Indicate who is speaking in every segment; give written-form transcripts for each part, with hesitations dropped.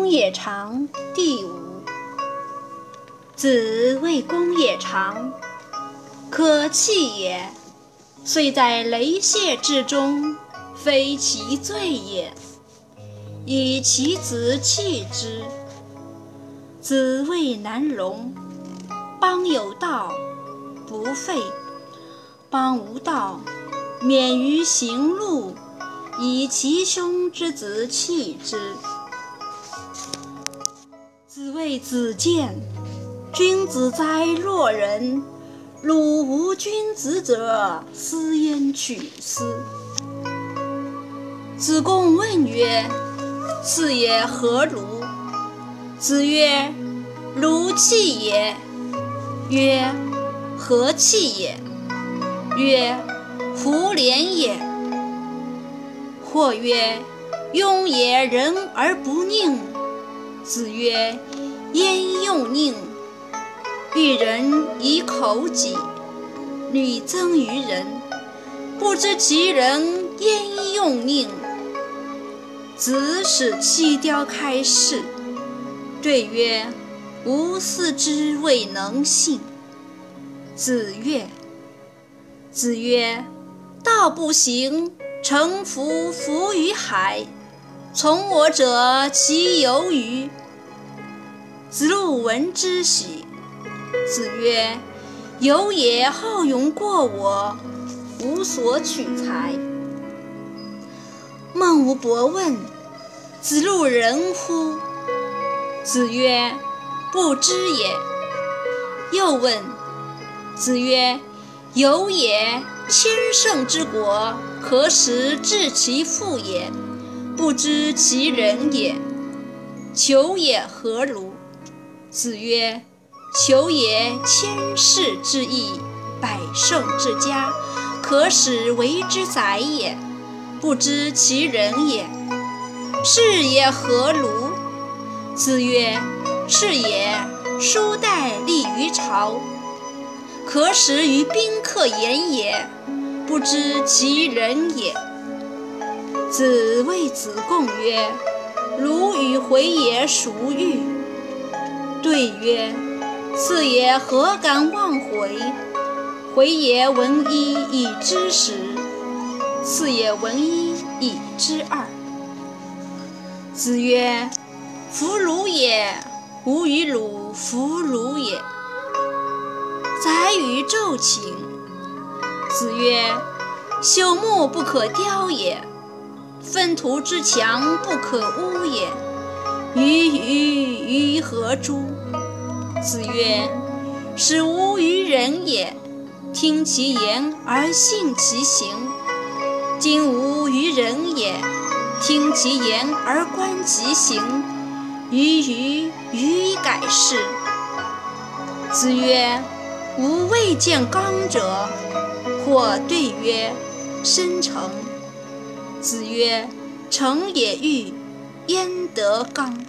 Speaker 1: 也长第五。子谓公也长，可弃也，虽在雷泄之中，非其罪也，以其子弃之。子谓难容，邦有道，不废；邦无道，免于行路，以其兄之子弃之。子谓子建，君子哉若人！鲁无君子者，斯焉取斯？子贡问曰：是也何如？子曰：如弃也。曰：何弃也？曰：胡怜也。或曰：庸也人而不佞。子曰：焉用佞？欲人以口己，女增于人，不知其人焉用佞？子使妻雕开示，对曰：吾思之未能信。子曰：道不行，诚服浮于海，从我者其由于？子路闻之喜。子曰：有也好勇过我，无所取材。孟武伯问：子路仁乎？子曰：不知也。又问。子曰：有也，千乘之国，何时治其父也？不知其人也。求也何如？子曰：求也千世之义，百乘之家，可使为之宰也，不知其人也。是也何如？子曰：是也，书带立于朝，可使于宾客言也，不知其人也。子谓子贡曰：汝与回也孰欲？对曰：次也何敢忘回？回也闻一以知十，次也闻一以知二。子曰：夫汝也，吾与汝弗汝也。宰与昼寝。子曰：朽木不可雕也，粪土之墙不可污也，于何诸？子曰：使吾于人也，听其言而信其行。今吾于人也，听其言而观其行，于改是。子曰：吾未见刚者。或对曰：申成。子曰：成也欲，焉得刚？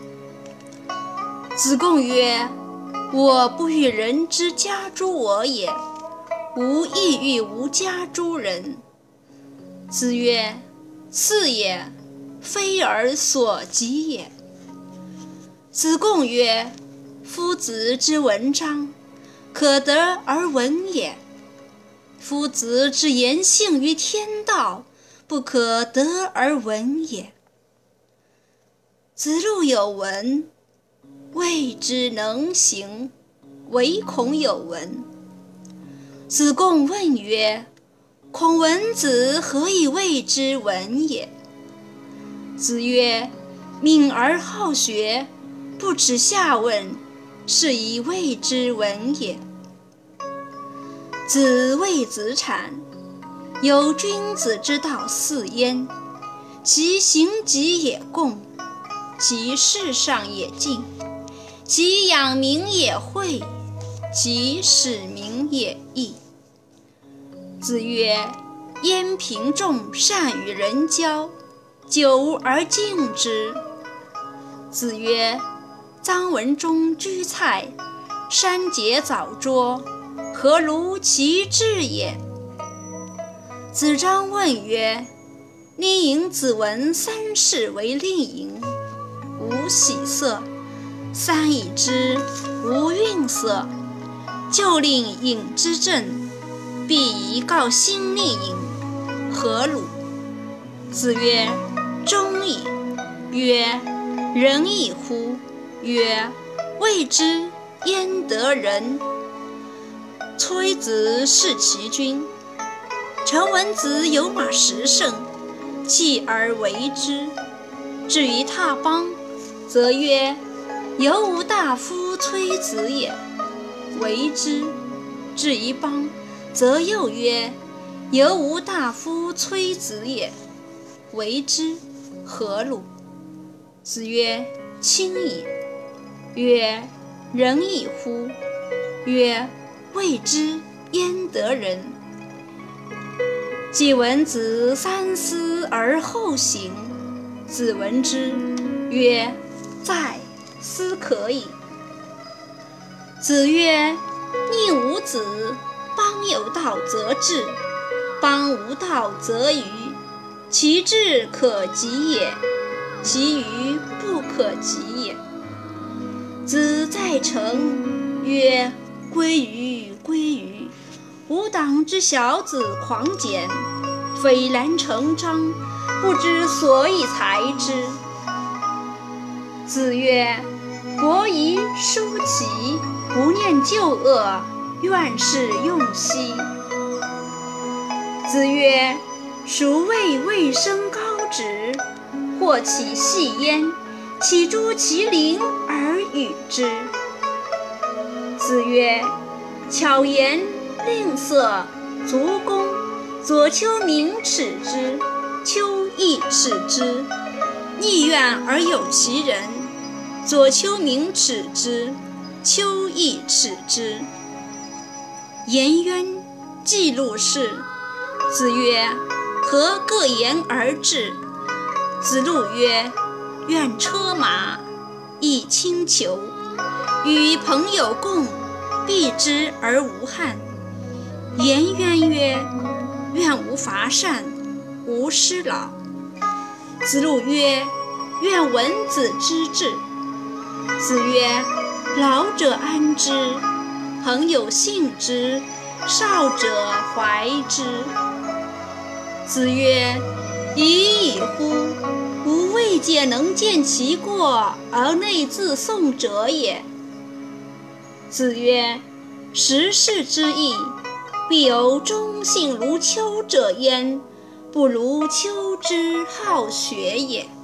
Speaker 1: 子贡曰：我不欲人之家诸我也，吾亦欲无家诸人。子曰：次也，非尔所及也。子贡曰：夫子之文章，可得而闻也；夫子之言性于天道，不可得而闻也。子路有闻，谓之能行，唯恐有闻。子贡问曰：孔文子何以谓之闻也？子曰：敏而好学，不耻下问，是以谓之闻也。子谓子产：有君子之道四焉，其行己也恭，其事上也敬，其养民也惠，其使民也义。子曰：焉平仲善与人交，久而敬之。子曰：臧文中居菜，山节藻捉，何如其志也？子张问曰：宁引子闻三世为令尹，吾无喜色，三以之无愠色。就令饮之政，必以告心力饮，何鲁？子曰：忠矣。曰：仁义乎？曰：未之焉得仁？崔子弑其君。臣闻子有马10乘，弃而为之。至于他邦，则曰：犹吾大夫崔子也，为之。至于邦，则又曰：犹吾大夫崔子也，为之。何鲁？子曰：亲矣。曰：仁义乎？曰：未之焉得仁？既闻子三思而后行。子闻之，曰：在，斯可矣。子曰：逆吾子，邦有道则治，邦无道则愚。其志可及也，其愚不可及也。子在城，曰：归于，归于。吾党之小子狂简，斐然成章，不知所以裁之。子曰：伯夷叔齐，不念旧恶，愿是用兮。子曰：孰谓未生高直？或起细焉，岂诸其邻而与之？子曰：巧言令色，足弓，左丘明耻之，丘亦耻之。逆愿而有其人，左丘明耻之，丘亦耻之。颜渊记录事。子曰：何各言而至？子路曰：愿车马，亦轻裘，与朋友共，避之而无憾。颜渊曰：愿无伐善，无师老。子路曰：愿闻子之志。子曰：老者安之，朋友信之，少者怀之。子曰：已矣乎！吾未见能见其过而内自颂者也。子曰：时事之义，必有忠信如丘者焉，不如丘之好学也。